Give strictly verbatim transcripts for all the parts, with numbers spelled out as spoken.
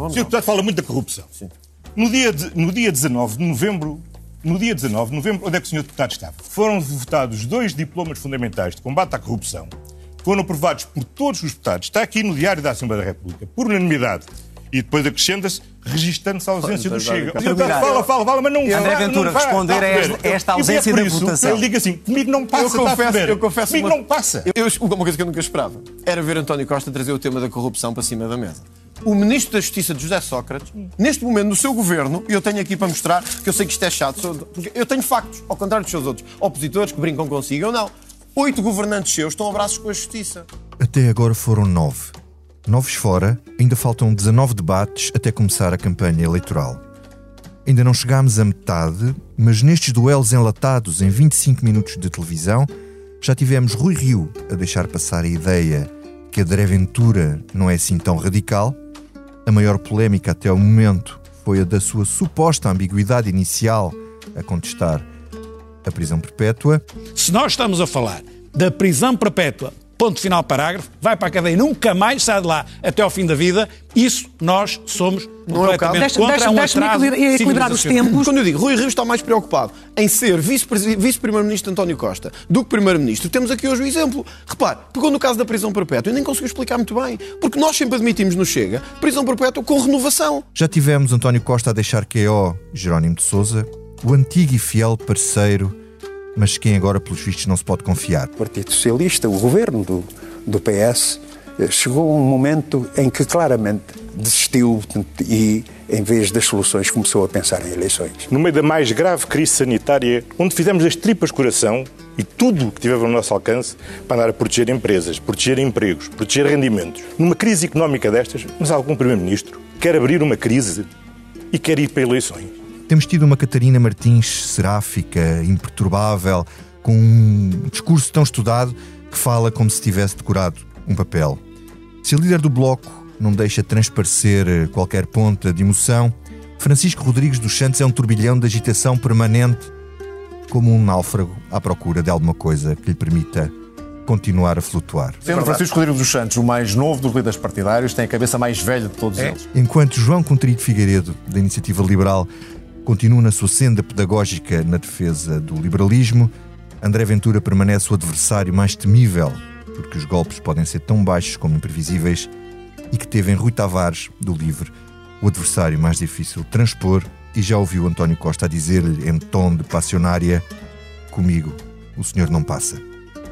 O senhor Deputado fala muito da corrupção. Sim. No dia, de, no dia dezanove de novembro, no dia dezanove de novembro, onde é que o senhor Deputado estava? Foram votados dois diplomas fundamentais de combate à corrupção. Foram aprovados por todos os deputados. Está aqui no Diário da Assembleia da República, por unanimidade. E depois acrescenta-se, registando-se a ausência do Chega. O senhor Deputado fala, fala, fala, mas não André fala. Ventura, não responder a esta, a esta ausência da votação. Eu digo assim, comigo não passa, eu confesso, está a eu confesso comigo uma, não passa. Eu, eu, uma coisa que eu nunca esperava era ver António Costa trazer o tema da corrupção para cima da mesa. O Ministro da Justiça de José Sócrates, neste momento no seu governo, e eu tenho aqui para mostrar, que eu sei que isto é chato, porque eu tenho factos, ao contrário dos seus outros opositores que brincam consigo, eu não. Oito governantes seus estão a braços com a Justiça. Até agora foram nove. Noves fora, ainda faltam dezanove debates até começar a campanha eleitoral. Ainda não chegámos à metade, mas nestes duelos enlatados em vinte e cinco minutos de televisão, já tivemos Rui Rio a deixar passar a ideia que André Ventura não é assim tão radical. A maior polémica até ao momento foi a da sua suposta ambiguidade inicial a contestar a prisão perpétua. Se nós estamos a falar da prisão perpétua, ponto final parágrafo, vai para a cadeia, nunca mais sai de lá até ao fim da vida, isso nós somos Não completamente é o caso. contra, Deixa, é um deixa-me atraso equilibrar, equilibrar os tempos. Quando eu digo Rui Rio está mais preocupado em ser vice-primeiro-ministro António Costa do que primeiro-ministro, temos aqui hoje o exemplo. Repare, pegou no caso da prisão perpétua e nem conseguiu explicar muito bem, porque nós sempre admitimos no Chega prisão perpétua com renovação. Já tivemos António Costa a deixar Q O Jerónimo de Sousa, o antigo e fiel parceiro, mas quem agora, pelos vistos, não se pode confiar. O Partido Socialista, o governo do, do P S, chegou a um momento em que claramente desistiu e, em vez das soluções, começou a pensar em eleições. No meio da mais grave crise sanitária, onde fizemos as tripas coração e tudo o que tivemos ao nosso alcance para andar a proteger empresas, proteger empregos, proteger rendimentos. Numa crise económica destas, mas algum Primeiro-Ministro quer abrir uma crise e quer ir para eleições. Temos tido uma Catarina Martins seráfica, imperturbável, com um discurso tão estudado que fala como se tivesse decorado um papel. Se a líder do Bloco não deixa transparecer qualquer ponta de emoção, Francisco Rodrigues dos Santos é um turbilhão de agitação permanente, como um náufrago à procura de alguma coisa que lhe permita continuar a flutuar. Sendo Francisco Rodrigues dos Santos o mais novo dos líderes partidários, tem a cabeça mais velha de todos é. eles. Enquanto João Contrido Figueiredo, da Iniciativa Liberal, continua na sua senda pedagógica na defesa do liberalismo, André Ventura permanece o adversário mais temível, porque os golpes podem ser tão baixos como imprevisíveis, e que teve em Rui Tavares, do LIVRE, o adversário mais difícil de transpor, e já ouviu António Costa a dizer-lhe em tom de passionária: comigo o senhor não passa.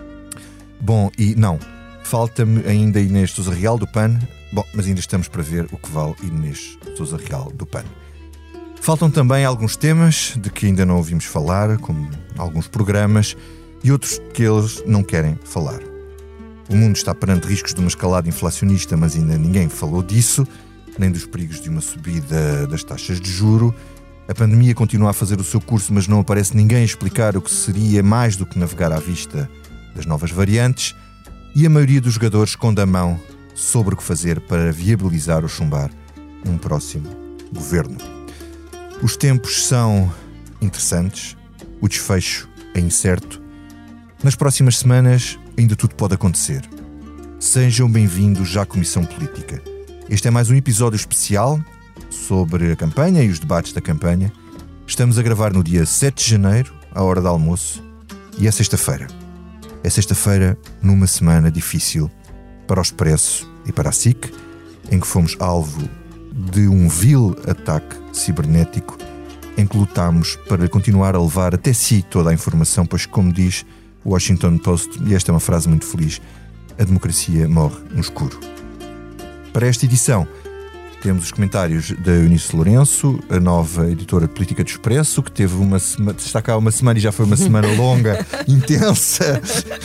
Bom, e não, falta-me ainda Inês Sousa Real do P A N. Bom, mas ainda estamos para ver o que vale Inês Sousa Real do P A N. Faltam também alguns temas de que ainda não ouvimos falar, como alguns programas, e outros que eles não querem falar. O mundo está perante riscos de uma escalada inflacionista, mas ainda ninguém falou disso, nem dos perigos de uma subida das taxas de juro. A pandemia continua a fazer o seu curso, mas não aparece ninguém a explicar o que seria mais do que navegar à vista das novas variantes, e a maioria dos jogadores esconde a mão sobre o que fazer para viabilizar ou chumbar um próximo governo. Os tempos são interessantes, o desfecho é incerto. Nas próximas semanas ainda tudo pode acontecer. Sejam bem-vindos à Comissão Política. Este é mais um episódio especial sobre a campanha e os debates da campanha. Estamos a gravar no dia sete de janeiro, à hora do almoço, e é sexta-feira. É sexta-feira numa semana difícil para o Expresso e para a S I C, em que fomos alvo de um vil ataque cibernético em que lutámos para continuar a levar até si toda a informação, pois, como diz o Washington Post, e esta é uma frase muito feliz, a democracia morre no escuro. Para esta edição temos os comentários da Eunice Lourenço, a nova editora de política do Expresso, que teve uma semana, está cá uma semana e já foi uma semana longa, intensa,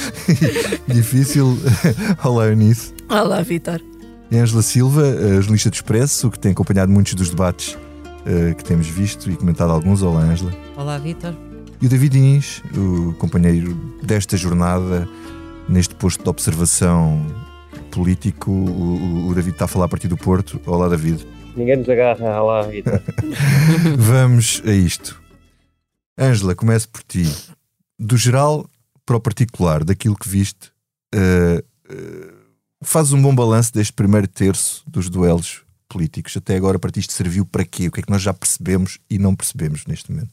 difícil. Olá, Eunice. Olá, Vítor. E Ângela Silva, a jornalista do Expresso, que tem acompanhado muitos dos debates uh, que temos visto e comentado alguns. Olá, Ângela. Olá, Vítor. E o David Inês, o companheiro desta jornada, neste posto de observação político. O, o David está a falar a partir do Porto. Olá, David. Ninguém nos agarra. Olá, Vítor. Vamos a isto. Ângela, começo por ti. Do geral para o particular, daquilo que viste, uh, uh, fazes um bom balanço deste primeiro terço dos duelos políticos. Até agora, para ti, isto serviu para quê? O que é que nós já percebemos e não percebemos neste momento?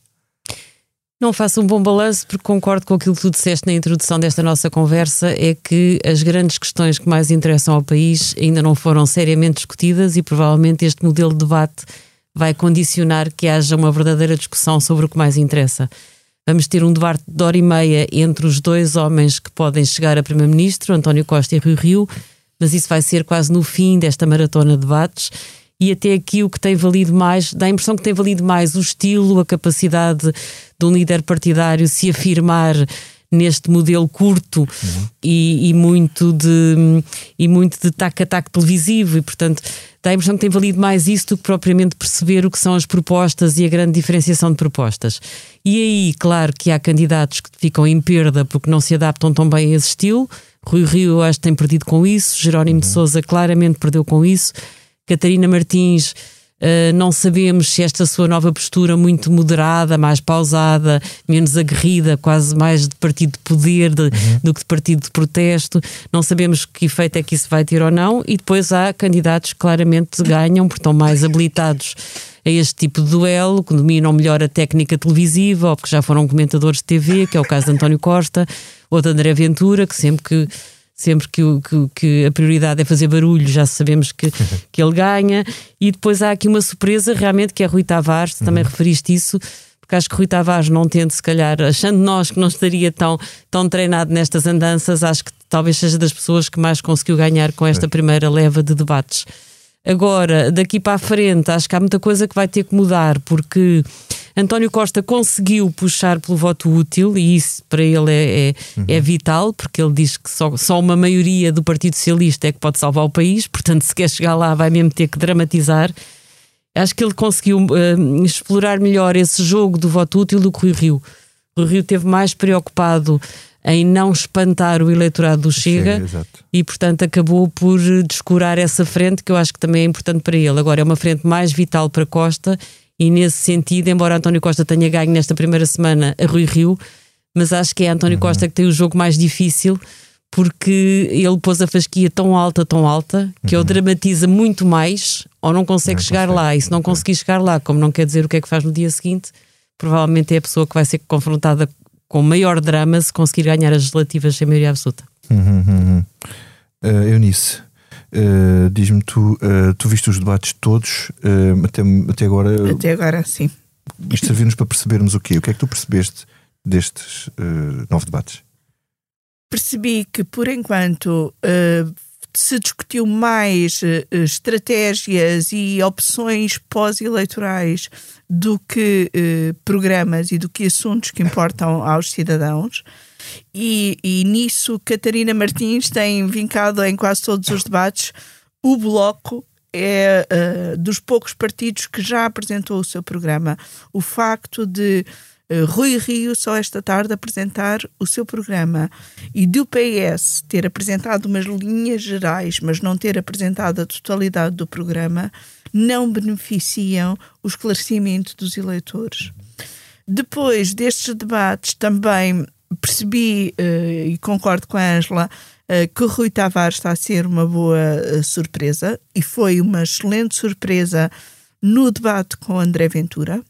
Não faço um bom balanço, porque concordo com aquilo que tu disseste na introdução desta nossa conversa, é que as grandes questões que mais interessam ao país ainda não foram seriamente discutidas e provavelmente este modelo de debate vai condicionar que haja uma verdadeira discussão sobre o que mais interessa. Vamos ter um debate de hora e meia entre os dois homens que podem chegar a Primeiro-Ministro, António Costa e Rui Rio, mas isso vai ser quase no fim desta maratona de debates. E até aqui o que tem valido mais, dá a impressão que tem valido mais o estilo, a capacidade de um líder partidário se afirmar neste modelo curto uhum. e, e, muito de, e muito de tac a tac televisivo, e portanto dá a impressão que tem valido mais isso do que propriamente perceber o que são as propostas e a grande diferenciação de propostas. E aí, claro que há candidatos que ficam em perda porque não se adaptam tão bem a esse estilo. Rui Rio, eu acho que tem perdido com isso, Jerónimo uhum. de Sousa claramente perdeu com isso. Catarina Martins, uh, não sabemos se esta sua nova postura muito moderada, mais pausada, menos aguerrida, quase mais de partido de poder de, uhum. do que de partido de protesto, não sabemos que efeito é que isso vai ter ou não. E depois há candidatos que claramente ganham porque estão mais habilitados a este tipo de duelo, que dominam melhor a técnica televisiva ou porque já foram comentadores de T V, que é o caso de António Costa ou de André Ventura, que sempre que Sempre que, que, que a prioridade é fazer barulho, já sabemos que, que ele ganha. E depois há aqui uma surpresa, realmente, que é Rui Tavares. Tu também uhum. referiste isso, porque acho que Rui Tavares, não tendo, se calhar, achando nós que não estaria tão, tão treinado nestas andanças, acho que talvez seja das pessoas que mais conseguiu ganhar com esta primeira leva de debates. Agora, daqui para a frente, acho que há muita coisa que vai ter que mudar, porque António Costa conseguiu puxar pelo voto útil e isso para ele é, é, uhum. é vital, porque ele diz que só, só uma maioria do Partido Socialista é que pode salvar o país, portanto se quer chegar lá vai mesmo ter que dramatizar. Acho que ele conseguiu uh, explorar melhor esse jogo do voto útil do que o Rui Rio. O Rui Rio esteve mais preocupado em não espantar o eleitorado do Chega, Chega e portanto acabou por descurar essa frente que eu acho que também é importante para ele. Agora é uma frente mais vital para Costa e nesse sentido, embora António Costa tenha ganho nesta primeira semana a Rui Rio, mas acho que é António uhum. Costa que tem o jogo mais difícil, porque ele pôs a fasquia tão alta, tão alta, que uhum. ou dramatiza muito mais ou não consegue não chegar consegue. lá, e se não conseguir chegar lá, como não quer dizer o que é que faz no dia seguinte, provavelmente é a pessoa que vai ser confrontada com maior drama se conseguir ganhar as legislativas sem maioria absoluta. Uhum, uhum. Uh, Eunice, uh, diz-me, tu, uh, tu viste os debates todos uh, até, até agora? Até agora, sim. Isto serviu-nos para percebermos o quê? O que é que tu percebeste destes uh, nove debates? Percebi que, por enquanto, uh, se discutiu mais uh, estratégias e opções pós-eleitorais do que uh, programas e do que assuntos que importam aos cidadãos. E, e nisso Catarina Martins tem vincado em quase todos os debates. O Bloco é uh, dos poucos partidos que já apresentou o seu programa. O facto de uh, Rui Rio só esta tarde apresentar o seu programa e do P S ter apresentado umas linhas gerais, mas não ter apresentado a totalidade do programa, não beneficiam o esclarecimento dos eleitores. Depois destes debates também percebi, uh, e concordo com a Ângela, uh, que o Rui Tavares está a ser uma boa uh, surpresa, e foi uma excelente surpresa no debate com André Ventura.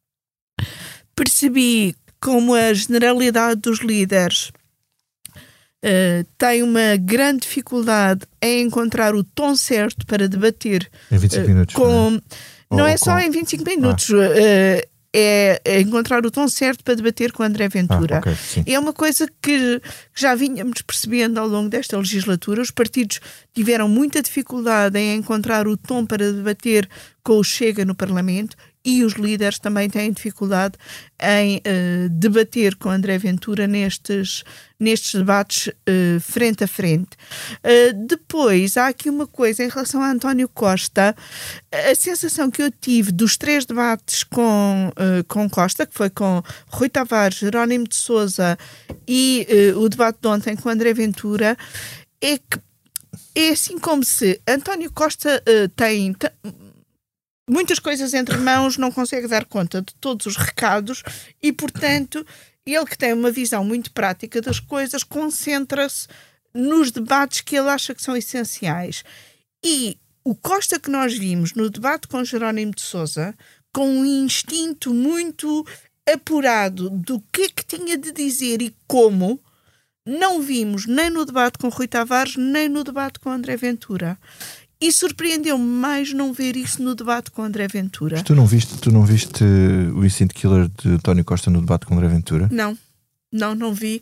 Percebi como a generalidade dos líderes uh, tem uma grande dificuldade em encontrar o tom certo para debater em vinte e cinco uh, minutos. Com, não é, não Ou é só com... em vinte e cinco minutos. Ah. Uh, É, é encontrar o tom certo para debater com André Ventura. Ah, okay, é uma coisa que já vínhamos percebendo ao longo desta legislatura. Os partidos tiveram muita dificuldade em encontrar o tom para debater com o Chega no Parlamento, e os líderes também têm dificuldade em uh, debater com André Ventura nestes, nestes debates uh, frente a frente. Uh, depois, há aqui uma coisa em relação a António Costa. A sensação que eu tive dos três debates com, uh, com Costa, que foi com Rui Tavares, Jerónimo de Sousa e uh, o debate de ontem com André Ventura, é que é assim como se António Costa uh, tem... T- muitas coisas entre mãos, não consegue dar conta de todos os recados e, portanto, ele, que tem uma visão muito prática das coisas, concentra-se nos debates que ele acha que são essenciais. E o Costa que nós vimos no debate com Jerónimo de Sousa, com um instinto muito apurado do que é que tinha de dizer e como, não vimos nem no debate com Rui Tavares, nem no debate com André Ventura. E surpreendeu-me mais não ver isso no debate com André Ventura. Mas tu não viste, tu não viste o Instinct Killer de António Costa no debate com André Ventura? Não, não, não vi.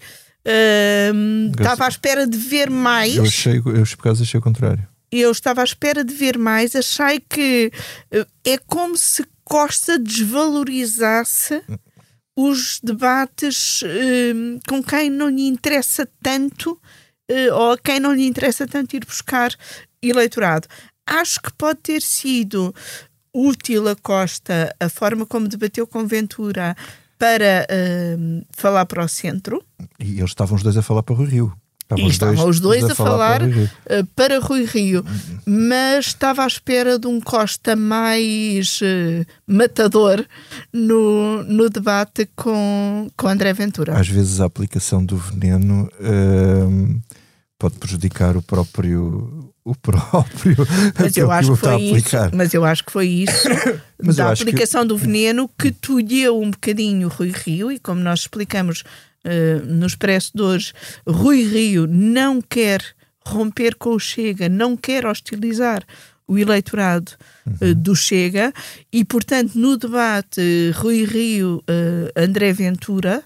Uh, estava à espera de ver mais. Eu achei, eu por acaso achei o contrário. Eu estava à espera de ver mais. Achei que uh, é como se Costa desvalorizasse os debates uh, com quem não lhe interessa tanto uh, ou a quem não lhe interessa tanto ir buscar eleitorado. Acho que pode ter sido útil a Costa a forma como debateu com Ventura para uh, falar para o centro. E eles estavam os dois a falar para o Rui Rio. Estavam, e os, estavam dois, os dois a, a falar, falar para, Rui uh, para Rui Rio. Mas estava à espera de um Costa mais uh, matador no, no debate com, com André Ventura. Às vezes a aplicação do veneno uh, pode prejudicar o próprio... o próprio mas eu acho que foi isso mas eu acho que foi isso da aplicação que... do veneno que tolheu um bocadinho Rui Rio, e como nós explicamos uh, no Expresso de hoje, Rui Rio não quer romper com o Chega, não quer hostilizar o eleitorado uh, uhum. do Chega, e portanto no debate uh, Rui Rio uh, André Ventura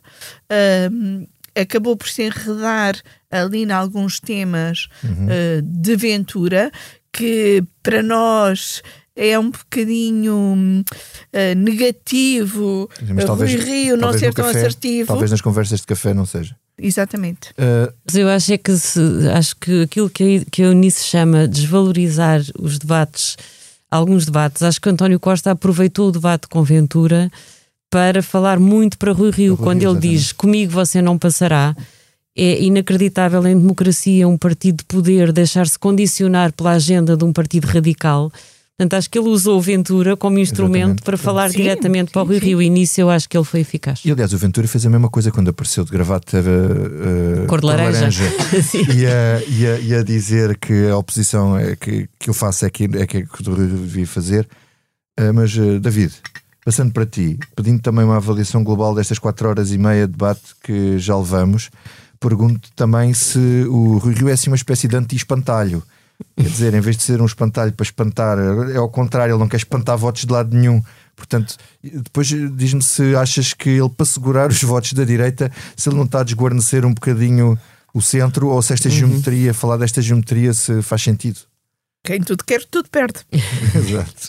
uh, acabou por se enredar ali em alguns temas uhum. uh, de Ventura, que para nós é um bocadinho uh, negativo. Mas uh, talvez, Rui Rio não ser tão café, assertivo. Talvez nas conversas de café não seja. Exatamente. Uh, eu acho é que, se, acho que aquilo que, que a Eunice chama desvalorizar os debates, alguns debates, acho que António Costa aproveitou o debate com Ventura para falar muito para Rui Rio, Rui quando Rio, ele exatamente. Diz comigo você não passará. É inacreditável em democracia um partido de poder deixar-se condicionar pela agenda de um partido radical. Portanto, acho que ele usou o Ventura como instrumento exatamente. Para falar sim, diretamente sim, para o Rui sim. Rio, e nisso eu acho que ele foi eficaz. E aliás, o Ventura fez a mesma coisa quando apareceu de gravata uh, cor de laranja, laranja. e, a, e, a, e a dizer que a oposição é que, que eu faço é que é que, é que eu devia fazer. Uh, mas, uh, David, passando para ti, pedindo também uma avaliação global destas quatro horas e meia de debate que já levamos, pergunto também se o Rui Rio é assim uma espécie de anti-espantalho. Quer dizer, em vez de ser um espantalho para espantar, é ao contrário, ele não quer espantar votos de lado nenhum. Portanto, depois diz-me se achas que ele, para segurar os votos da direita, se ele não está a desguarnecer um bocadinho o centro, ou se esta geometria, uhum. falar desta geometria, se faz sentido. Quem tudo quer, tudo perde. Exato.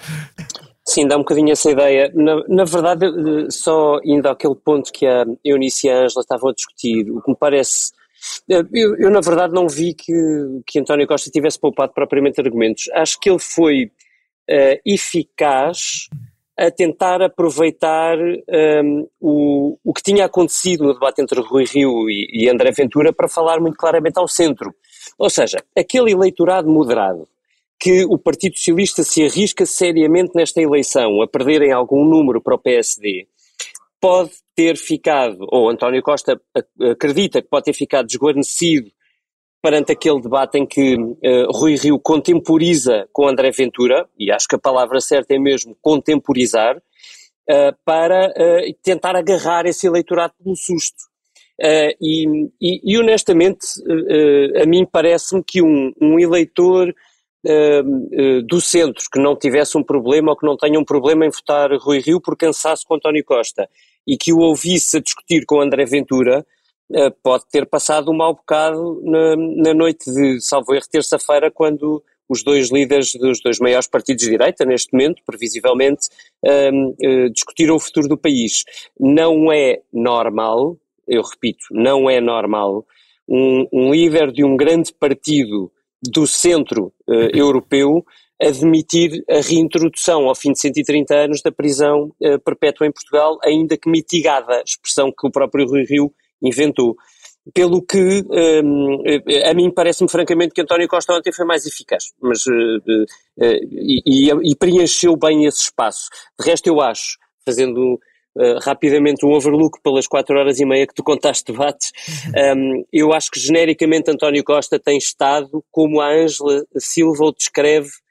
Sim, dá um bocadinho essa ideia. Na, na verdade, só indo àquele ponto que a Eunice e a Ângela estavam a discutir, o que me parece... Eu, eu na verdade não vi que, que António Costa tivesse poupado propriamente argumentos. Acho que ele foi uh, eficaz a tentar aproveitar um, o, o que tinha acontecido no debate entre Rui Rio e, e André Ventura para falar muito claramente ao centro. Ou seja, aquele eleitorado moderado que o Partido Socialista se arrisca seriamente nesta eleição a perderem algum número para o P S D, pode ter ficado, ou António Costa acredita que pode ter ficado desguarnecido perante aquele debate em que uh, Rui Rio contemporiza com André Ventura, e acho que a palavra certa é mesmo contemporizar, uh, para uh, tentar agarrar esse eleitorado pelo susto. Uh, e, e, e honestamente, uh, uh, a mim parece-me que um, um eleitor uh, uh, do centro que não tivesse um problema ou que não tenha um problema em votar Rui Rio por cansaço com António Costa e que o ouvisse a discutir com André Ventura, uh, pode ter passado um mau bocado na, na noite de, salvo erro, terça-feira, quando os dois líderes dos dois maiores partidos de direita, neste momento, previsivelmente, uh, uh, discutiram o futuro do país. Não é normal, eu repito, não é normal um, um líder de um grande partido do centro uh, europeu admitir a reintrodução ao fim de cento e trinta anos da prisão uh, perpétua em Portugal, ainda que mitigada, expressão que o próprio Rui Rio inventou. Pelo que um, a mim parece-me francamente que António Costa ontem foi mais eficaz, mas uh, uh, uh, e, e preencheu bem esse espaço. De resto eu acho, fazendo Uh, rapidamente um overlook pelas quatro horas e meia que tu contaste debates, um, eu acho que genericamente António Costa tem estado como a Ângela Silva o descreve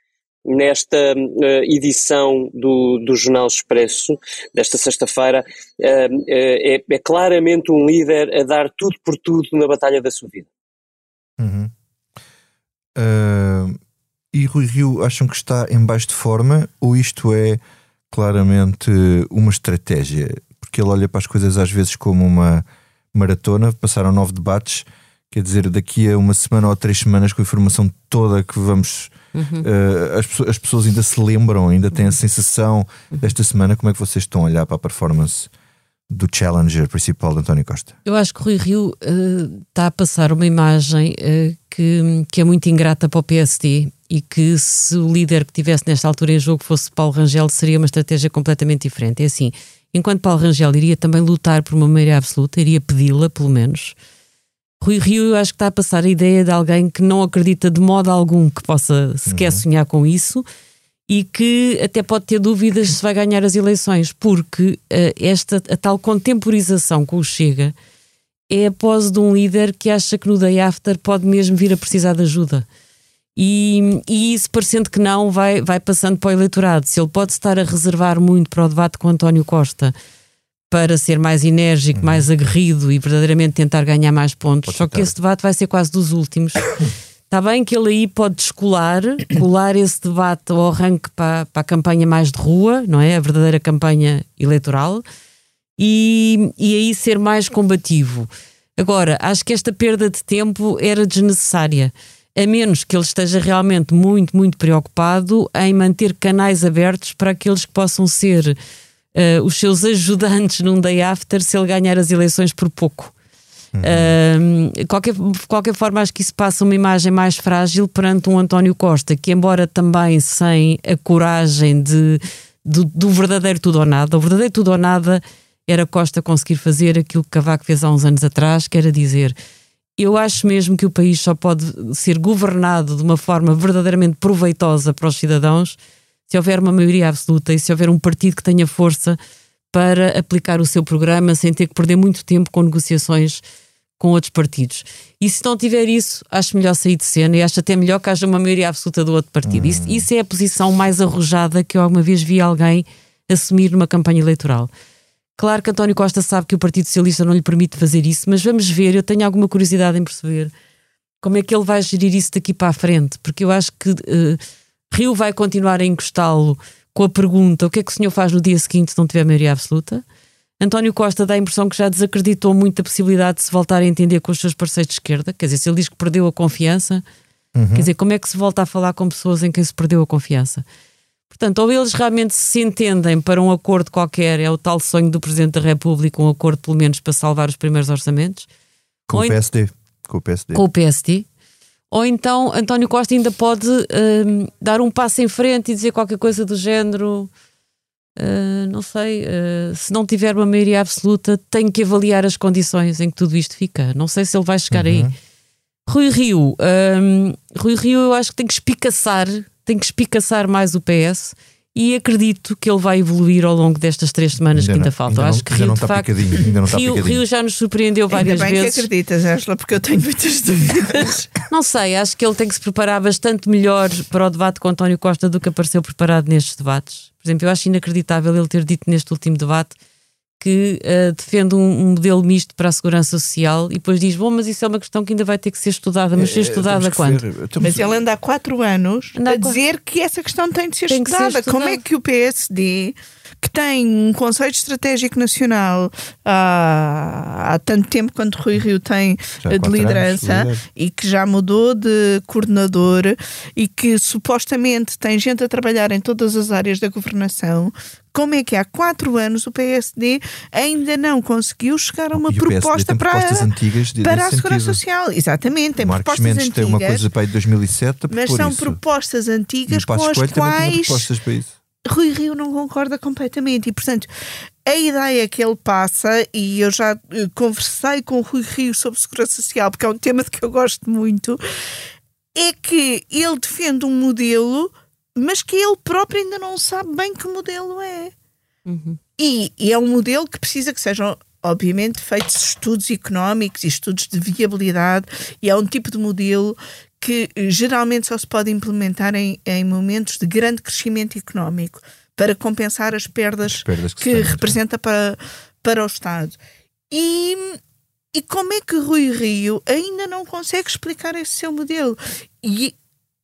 nesta uh, edição do, do Jornal Expresso, desta sexta-feira, uh, é, é claramente um líder a dar tudo por tudo na batalha da sua vida. Uhum. Uh, e Rui Rio acham que está em baixo de forma, ou isto é claramente uma estratégia? Porque ele olha para as coisas às vezes como uma maratona. Passaram nove debates, quer dizer, daqui a uma semana ou três semanas, com a informação toda que vamos... Uhum. Uh, as, as pessoas ainda se lembram, ainda têm a sensação desta semana. Como é que vocês estão a olhar para a performance do challenger principal de António Costa? Eu acho que Rui Rio uh, está a passar uma imagem uh, que, que é muito ingrata para o P S D, e que se o líder que tivesse nesta altura em jogo fosse Paulo Rangel, seria uma estratégia completamente diferente. É assim, enquanto Paulo Rangel iria também lutar por uma maioria absoluta, iria pedi-la pelo menos, Rui Rio eu acho que está a passar a ideia de alguém que não acredita de modo algum que possa sequer uhum. sonhar com isso, e que até pode ter dúvidas se vai ganhar as eleições, porque uh, esta, a tal contemporização com o Chega é a pose de um líder que acha que no day after pode mesmo vir a precisar de ajuda. E, e isso, parecendo que não, vai, vai passando para o eleitorado. Se ele pode estar a reservar muito para o debate com António Costa para ser mais enérgico, uhum. mais aguerrido e verdadeiramente tentar ganhar mais pontos, pode só que esse debate vai ser quase dos últimos. Está bem que ele aí pode descolar, colar esse debate ao arranque para, para a campanha mais de rua, não é? A verdadeira campanha eleitoral, e, e aí ser mais combativo. Agora, acho que esta perda de tempo era desnecessária, a menos que ele esteja realmente muito, muito preocupado em manter canais abertos para aqueles que possam ser uh, os seus ajudantes num day after se ele ganhar as eleições por pouco. Uhum. Uh, qualquer, qualquer forma, acho que isso passa uma imagem mais frágil perante um António Costa, que embora também sem a coragem de, do, do verdadeiro tudo ou nada, o verdadeiro tudo ou nada era Costa conseguir fazer aquilo que Cavaco fez há uns anos atrás, que era dizer: eu acho mesmo que o país só pode ser governado de uma forma verdadeiramente proveitosa para os cidadãos se houver uma maioria absoluta e se houver um partido que tenha força para aplicar o seu programa sem ter que perder muito tempo com negociações com outros partidos. E se não tiver isso, acho melhor sair de cena, e acho até melhor que haja uma maioria absoluta do outro partido. Hum. Isso, isso é a posição mais arrojada que eu alguma vez vi alguém assumir numa campanha eleitoral. Claro que António Costa sabe que o Partido Socialista não lhe permite fazer isso, mas vamos ver, eu tenho alguma curiosidade em perceber como é que ele vai gerir isso daqui para a frente, porque eu acho que uh, Rio vai continuar a encostá-lo com a pergunta: o que é que o senhor faz no dia seguinte se não tiver maioria absoluta? António Costa dá a impressão que já desacreditou muito a possibilidade de se voltar a entender com os seus parceiros de esquerda, quer dizer, se ele diz que perdeu a confiança, uhum. quer dizer, como é que se volta a falar com pessoas em quem se perdeu a confiança? Portanto, ou eles realmente se entendem para um acordo qualquer, é o tal sonho do Presidente da República, um acordo pelo menos para salvar os primeiros orçamentos. Com o P S D. Com o P S D. Com o P S D. Ou então António Costa ainda pode uh, dar um passo em frente e dizer qualquer coisa do género, uh, não sei, uh, se não tiver uma maioria absoluta, tenho que avaliar as condições em que tudo isto fica. Não sei se ele vai chegar uhum. aí. Rui Rio, um, Rui Rio eu acho que tem que espicaçar, tem que espicaçar mais o P S, e acredito que ele vai evoluir ao longo destas três semanas ainda que ainda não, faltam. Ainda acho que ainda Rio, não de facto, ainda não Rio, Rio já nos surpreendeu várias ainda bem vezes. Que acreditas, Angela, porque eu tenho muitas dúvidas. Não sei, acho que ele tem que se preparar bastante melhor para o debate com António Costa do que apareceu preparado nestes debates. Por exemplo, eu acho inacreditável ele ter dito neste último debate que uh, defende um, um modelo misto para a segurança social, e depois diz: bom, mas isso é uma questão que ainda vai ter que ser estudada. Mas ser estudada quando? Mas ele anda há quatro anos anda a dizer que essa questão tem de ser, tem estudada. ser estudada. Como é que o P S D, que tem um Conselho Estratégico Nacional há, há tanto tempo quanto Rui Rio tem de liderança, anos, e que já mudou de coordenador, e que supostamente tem gente a trabalhar em todas as áreas da governação, como é que há quatro anos o P S D ainda não conseguiu chegar a uma e proposta para, antigas de, para a segurança social? Exatamente, tem Marcos propostas Mendes antigas. Tem uma coisa para aí de dois mil e sete, mas são isso. propostas antigas com as quais quais Rui Rio não concorda completamente, e portanto a ideia que ele passa, e eu já conversei com o Rui Rio sobre segurança social, porque é um tema de que eu gosto muito, é que ele defende um modelo, mas que ele próprio ainda não sabe bem que modelo é. Uhum. E, e é um modelo que precisa que sejam, obviamente, feitos estudos económicos e estudos de viabilidade, e é um tipo de modelo que geralmente só se pode implementar em, em momentos de grande crescimento económico, para compensar as perdas, as perdas que, que representa para, para o Estado. E, e como é que Rui Rio ainda não consegue explicar esse seu modelo? E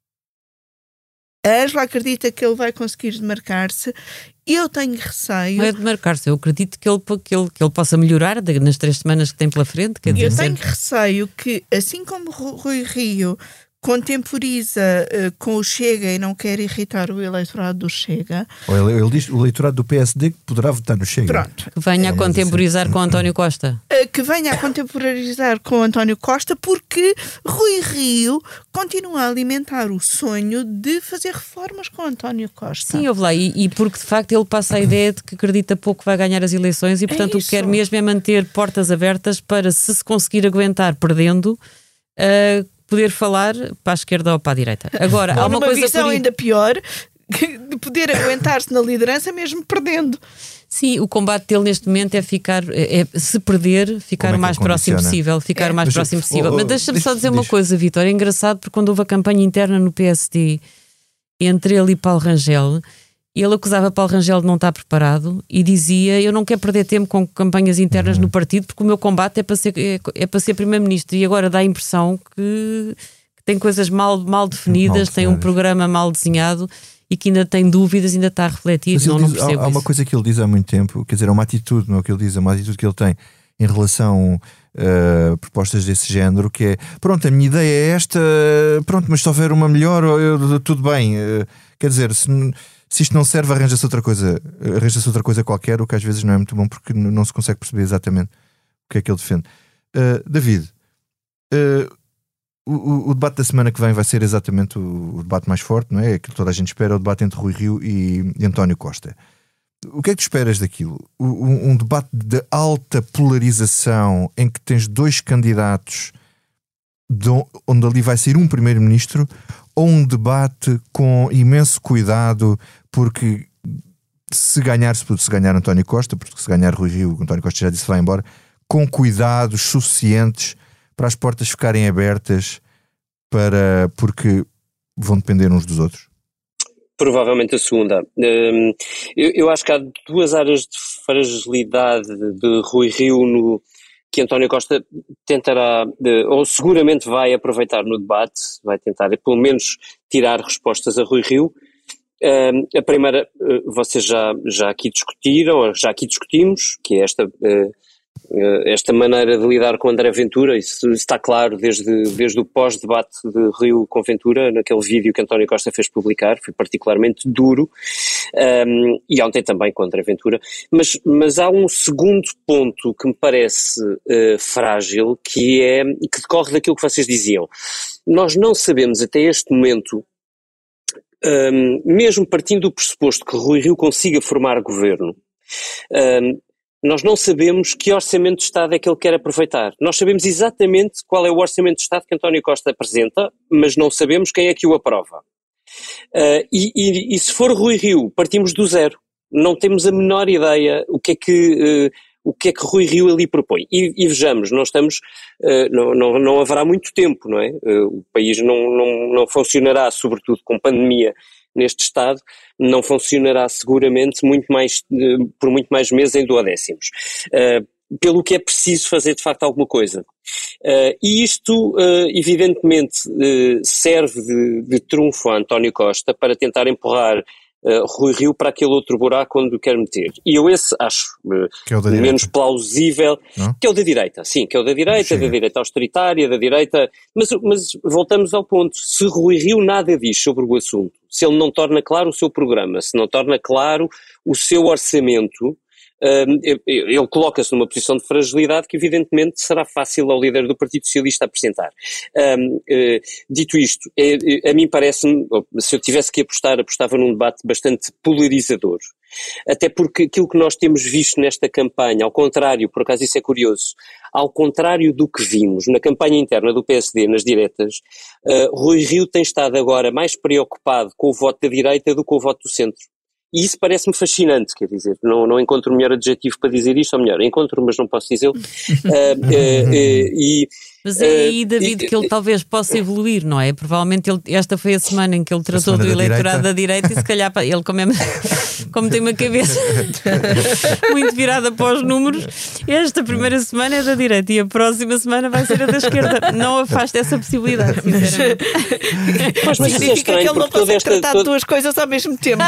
a Ângela acredita que ele vai conseguir demarcar-se. Eu tenho receio... Não é demarcar-se, eu acredito que ele, que, ele, que ele possa melhorar nas três semanas que tem pela frente. Quer dizer, eu tenho receio que, assim como Rui Rio contemporiza uh, com o Chega e não quer irritar o eleitorado do Chega... Ele, ele diz o eleitorado do P S D que poderá votar no Chega. Pronto. Que venha a contemporizar com António Costa. Uh, que venha a contemporizar com António Costa, porque Rui Rio continua a alimentar o sonho de fazer reformas com António Costa. Sim, ouve lá, e, e porque de facto ele passa a ideia de que acredita pouco vai ganhar as eleições e portanto é o que quer mesmo é manter portas abertas para, se se conseguir aguentar perdendo... Uh, poder falar para a esquerda ou para a direita. Agora, ou há uma numa coisa visão por... ainda pior, de poder aguentar-se na liderança mesmo perdendo. Sim, o combate dele neste momento é ficar, é, se perder, ficar é o mais próximo possível, ficar o é. mais Mas, próximo possível. oh, oh, Mas deixa-me diz, só dizer diz. uma coisa, Vítor, é engraçado porque quando houve a campanha interna no P S D entre ele e Paulo Rangel, ele acusava Paulo Rangel de não estar preparado e dizia: eu não quero perder tempo com campanhas internas uhum. no partido porque o meu combate é para ser, é, é para ser primeiro-ministro. E agora dá a impressão que tem coisas mal, mal definidas, mal tem um programa mal desenhado e que ainda tem dúvidas, ainda está a refletir. Mas não, diz, não percebo há, há uma isso. coisa que ele diz há muito tempo, quer dizer, é uma atitude, não é o que ele diz, é uma atitude que ele tem em relação a uh, propostas desse género, que é, pronto, a minha ideia é esta, pronto, mas se houver uma melhor, eu, tudo bem. Uh, quer dizer, se, se isto não serve, arranja-se outra coisa, arranja-se outra coisa qualquer, o que às vezes não é muito bom, porque não se consegue perceber exatamente o que é que ele defende. Uh, David, uh, O, o debate da semana que vem vai ser exatamente o, o debate mais forte, não é? Aquilo que toda a gente espera, o debate entre Rui Rio e, e António Costa. O que é que tu esperas daquilo? Um, um debate de alta polarização em que tens dois candidatos de onde ali vai sair um primeiro-ministro, ou um debate com imenso cuidado, porque se ganhar, se, se ganhar António Costa, porque se ganhar Rui Rio, António Costa já disse vai embora, com cuidados suficientes para as portas ficarem abertas, para, porque vão depender uns dos outros? Provavelmente a segunda. Um, eu, eu acho que há duas áreas de fragilidade de Rui Rio no, que António Costa tentará, de, ou seguramente vai aproveitar no debate, vai tentar pelo menos tirar respostas a Rui Rio. Um, a primeira, uh, vocês já, já aqui discutiram, já aqui discutimos, que é esta... Uh, esta maneira de lidar com André Ventura. Isso está claro desde, desde o pós-debate de Rio com Ventura, naquele vídeo que António Costa fez publicar, foi particularmente duro, um, e ontem também com André Ventura, mas, mas há um segundo ponto que me parece uh, frágil, que é, que decorre daquilo que vocês diziam. Nós não sabemos até este momento, um, mesmo partindo do pressuposto que Rui Rio consiga formar governo, um, nós não sabemos que orçamento de Estado é que ele quer aproveitar. Nós sabemos exatamente qual é o orçamento de Estado que António Costa apresenta, mas não sabemos quem é que o aprova. Uh, e, e, e se for Rui Rio, partimos do zero. Não temos a menor ideia o que é que, uh, o que, é que Rui Rio ali propõe. E, e vejamos, nós estamos, uh, não, não, não haverá muito tempo, não é? Uh, o país não, não, não funcionará, sobretudo com pandemia, neste estado, não funcionará seguramente muito mais, por muito mais meses em duodécimos. Uh, pelo que é preciso fazer de facto alguma coisa. Uh, e isto, uh, evidentemente, uh, serve de, de trunfo a António Costa para tentar empurrar uh, Rui Rio para aquele outro buraco onde o quer meter. E eu esse acho uh, que é o da menos direita. Plausível, Não? que é o da direita, sim, que é o da direita, Chega. da direita austeritária, da direita, mas, mas voltamos ao ponto, se Rui Rio nada diz sobre o assunto, se ele não torna claro o seu programa, se não torna claro o seu orçamento, um, ele coloca-se numa posição de fragilidade que evidentemente será fácil ao líder do Partido Socialista apresentar. Um, uh, dito isto, é, é, a mim parece-me, se eu tivesse que apostar, apostava num debate bastante polarizador. Até porque aquilo que nós temos visto nesta campanha, ao contrário, por acaso isso é curioso, ao contrário do que vimos na campanha interna do P S D, nas diretas, uh, Rui Rio tem estado agora mais preocupado com o voto da direita do que com o voto do centro. E isso parece-me fascinante, quer dizer, não, não encontro o melhor adjetivo para dizer isto, ou melhor, encontro, mas não posso dizê-lo. uh, uh, uh, e, mas é aí, David, uh, que ele talvez possa evoluir, não é? Provavelmente ele, esta foi a semana em que ele tratou do eleitorado da direita. da direita e se calhar ele, como, é, como tem uma cabeça muito virada para os números, esta primeira semana é da direita e a próxima semana vai ser a da esquerda. Não afaste essa possibilidade, sinceramente. Mas significa que ele não consegue esta, tratar todo... duas coisas ao mesmo tempo.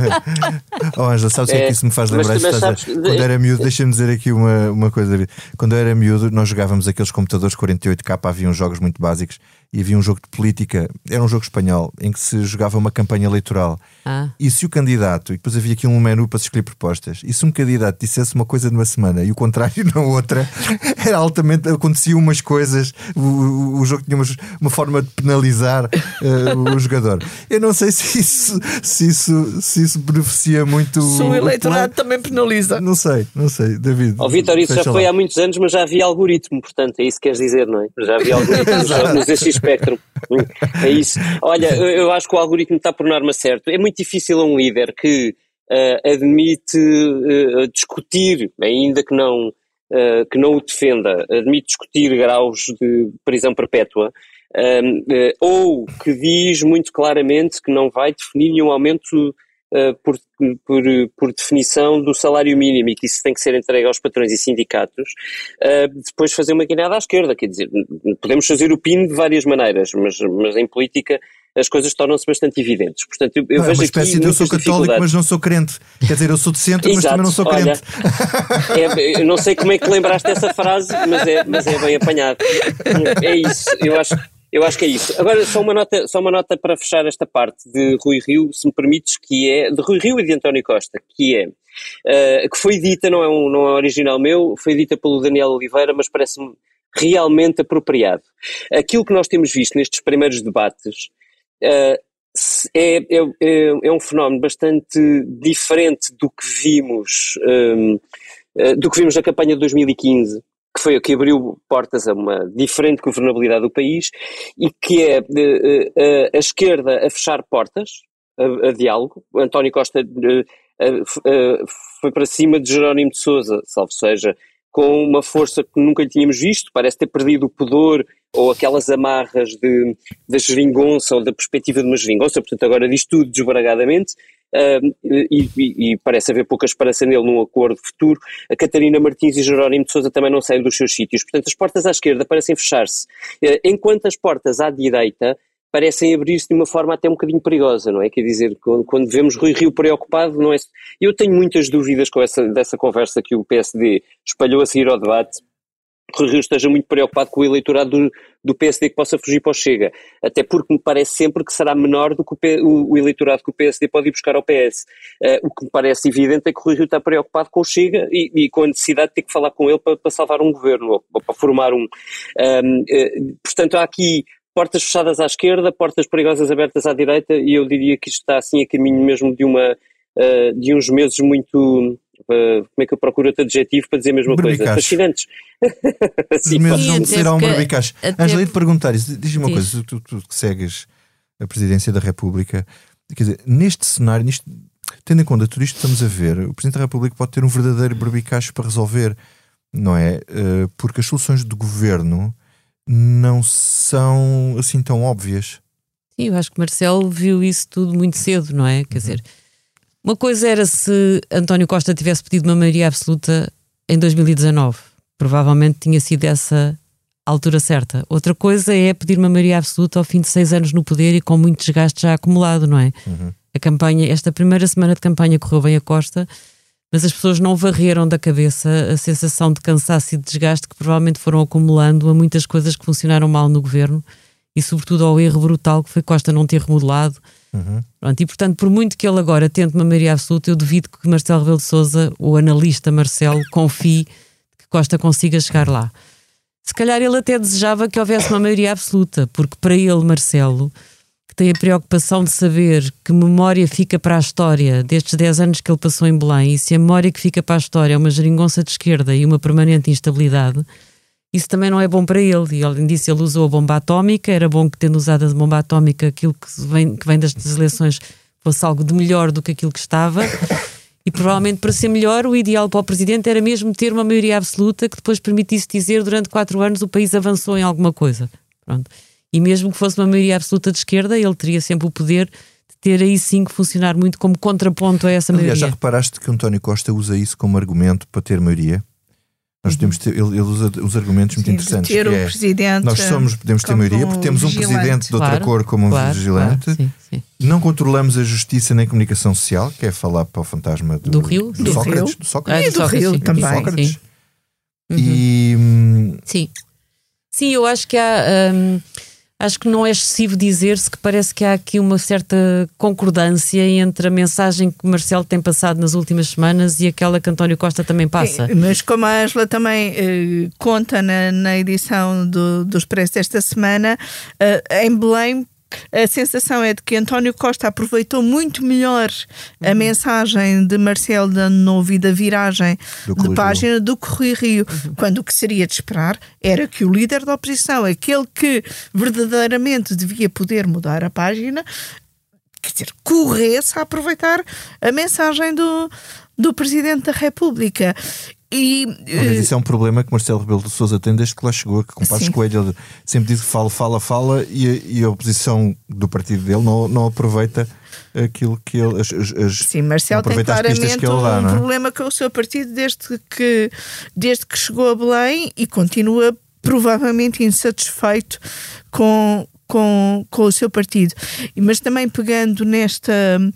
Oh, Ângela, sabes o é, que é que isso me faz lembrar? Mas, mas sabes, quando eu era miúdo, deixa-me dizer aqui uma, uma coisa, David. Quando eu era miúdo, nós jogávamos aqueles computadores quarenta e oito K, havia uns jogos muito básicos e havia um jogo de política, era um jogo espanhol, em que se jogava uma campanha eleitoral. Ah. E se o candidato, e depois havia aqui um menu para se escolher propostas, e se um candidato dissesse uma coisa numa semana e o contrário na outra, era altamente, aconteciam umas coisas, o, o, o jogo tinha uma, uma forma de penalizar uh, o jogador. Eu não sei se isso, se isso, se isso beneficia muito. Se o eleitorado também penaliza. Não sei, não sei, David. Ó, oh, Vítor, isso já foi lá. Há muitos anos, mas já havia algoritmo, portanto, é isso que queres dizer, não é? Já havia algoritmo nos X Spectrum. É isso. Olha, eu acho que o algoritmo está por norma certo. É muito difícil a um líder que uh, admite uh, discutir, ainda que não, uh, que não o defenda, admite discutir graus de prisão perpétua, um, uh, ou que diz muito claramente que não vai definir nenhum aumento Uh, por, por, por definição do salário mínimo e que isso tem que ser entregue aos patrões e sindicatos, uh, depois fazer uma guinada à esquerda, quer dizer, podemos fazer o pino de várias maneiras, mas, mas em política as coisas tornam-se bastante evidentes. Portanto, eu, eu não, vejo é uma espécie aqui de eu sou católico, mas não sou crente. Quer dizer, eu sou de centro, mas também não sou crente. Olha, é, eu não sei como é que lembraste dessa frase, mas é, mas é bem apanhado. É isso, eu acho Eu acho que é isso. Agora, só uma nota, só uma nota para fechar esta parte de Rui Rio, se me permites, que é, de Rui Rio e de António Costa, que é, uh, que foi dita, não é, um, não é original meu, foi dita pelo Daniel Oliveira, mas parece-me realmente apropriado. Aquilo que nós temos visto nestes primeiros debates uh, é, é, é um fenómeno bastante diferente do que vimos, um, uh, do que vimos na campanha de dois mil e quinze, que foi o que abriu portas a uma diferente governabilidade do país e que é uh, uh, a esquerda a fechar portas a, a diálogo. António Costa uh, uh, uh, foi para cima de Jerónimo de Sousa, salvo seja, com uma força que nunca lhe tínhamos visto, parece ter perdido o pudor ou aquelas amarras de, da geringonça ou da perspectiva de uma geringonça, portanto agora diz tudo desbaragadamente. Uh, e, e, e parece haver pouca esperança nele num acordo futuro. A Catarina Martins e Jerónimo de Sousa também não saem dos seus sítios, portanto as portas à esquerda parecem fechar-se, uh, enquanto as portas à direita parecem abrir-se de uma forma até um bocadinho perigosa, não é? Quer dizer, quando, quando vemos Rui Rio preocupado, não é? Eu tenho muitas dúvidas com essa, dessa conversa que o P S D espalhou a seguir ao debate. Rui Rio esteja muito preocupado com o eleitorado do, do P S D que possa fugir para o Chega, até porque me parece sempre que será menor do que o, P, o, o eleitorado que o P S D pode ir buscar ao P S. Uh, o que me parece evidente é que o Rui Rio está preocupado com o Chega e, e com a necessidade de ter que falar com ele para, para salvar um governo, ou, ou para formar um. um uh, portanto, há aqui portas fechadas à esquerda, portas perigosas abertas à direita, e eu diria que isto está assim a caminho mesmo de, uma, uh, de uns meses muito... Uh, como é que eu procuro outro adjetivo para dizer a mesma coisa? Fascinantes. Os meses não serão um berbicacho. Ângela, ia-te perguntar isso. Diz-me uma coisa, tu, tu, tu que segues a presidência da República, quer dizer, neste cenário, nisto, tendo em conta tudo isto que estamos a ver, o Presidente da República pode ter um verdadeiro berbicacho para resolver, não é? Uh, porque as soluções do Governo não são assim tão óbvias. Sim, eu acho que Marcelo viu isso tudo muito cedo, não é? Quer uhum. dizer, uma coisa era se António Costa tivesse pedido uma maioria absoluta em dois mil e dezanove. Provavelmente tinha sido essa a altura certa. Outra coisa é pedir uma maioria absoluta ao fim de seis anos no poder e com muito desgaste já acumulado, não é? Uhum. A campanha, esta primeira semana de campanha correu bem a Costa, mas as pessoas não varreram da cabeça a sensação de cansaço e de desgaste que provavelmente foram acumulando a muitas coisas que funcionaram mal no governo e sobretudo ao erro brutal que foi Costa não ter remodelado. Uhum. Pronto, e portanto, por muito que ele agora tente uma maioria absoluta, eu duvido que Marcelo Rebelo de Sousa, o analista Marcelo, confie que Costa consiga chegar lá. Se calhar ele até desejava que houvesse uma maioria absoluta, porque para ele, Marcelo, que tem a preocupação de saber que memória fica para a história destes dez anos que ele passou em Belém, e se a memória que fica para a história é uma geringonça de esquerda e uma permanente instabilidade, isso também não é bom para ele. E além disso, ele usou a bomba atómica. Era bom que, tendo usado a bomba atómica, aquilo que vem, que vem destas eleições fosse algo de melhor do que aquilo que estava. E provavelmente para ser melhor, o ideal para o Presidente era mesmo ter uma maioria absoluta que depois permitisse dizer durante quatro anos o país avançou em alguma coisa. Pronto. E mesmo que fosse uma maioria absoluta de esquerda, ele teria sempre o poder de ter aí sim que funcionar muito como contraponto a essa maioria. Aliás, já reparaste que António Costa usa isso como argumento para ter maioria? Nós podemos ter, ele, ele usa os argumentos muito Sim, interessantes. ter que o é, presidente nós somos, podemos ter maioria porque temos um vigilante. presidente de outra Claro, cor como um claro, vigilante. claro, sim, sim. Não controlamos a justiça nem a comunicação social, que é falar para o fantasma do, Do Rio? do Do Sócrates. Rio. Do Sócrates. E do Rio sim, também. sim, Sócrates. sim. E hum, Sim. Sim, eu acho que há. hum, acho que não é excessivo dizer-se que parece que há aqui uma certa concordância entre a mensagem que Marcelo tem passado nas últimas semanas e aquela que António Costa também passa. Sim, mas como a Ângela também eh, conta na, na edição do, do Expresso desta semana, eh, em Belém, a sensação é de que António Costa aproveitou muito melhor a mensagem de Marcelo de Ano Novo e da viragem Do de Rui página do que Rui Rio, quando o que seria de esperar era que o líder da oposição, aquele que verdadeiramente devia poder mudar a página, quer dizer, corresse a aproveitar a mensagem do, do Presidente da República. E, Mas isso é um problema que Marcelo Rebelo de Sousa tem desde que lá chegou, que com Passos Sim. Coelho ele sempre diz que fala, fala, fala e a, e a oposição do partido dele não, não aproveita aquilo que ele... As, as, as, Sim, Marcelo tem aproveita as pistas claramente que ele dá, um não é? problema com o seu partido desde que, desde que chegou a Belém e continua provavelmente insatisfeito com, com, com o seu partido. Mas também pegando nesta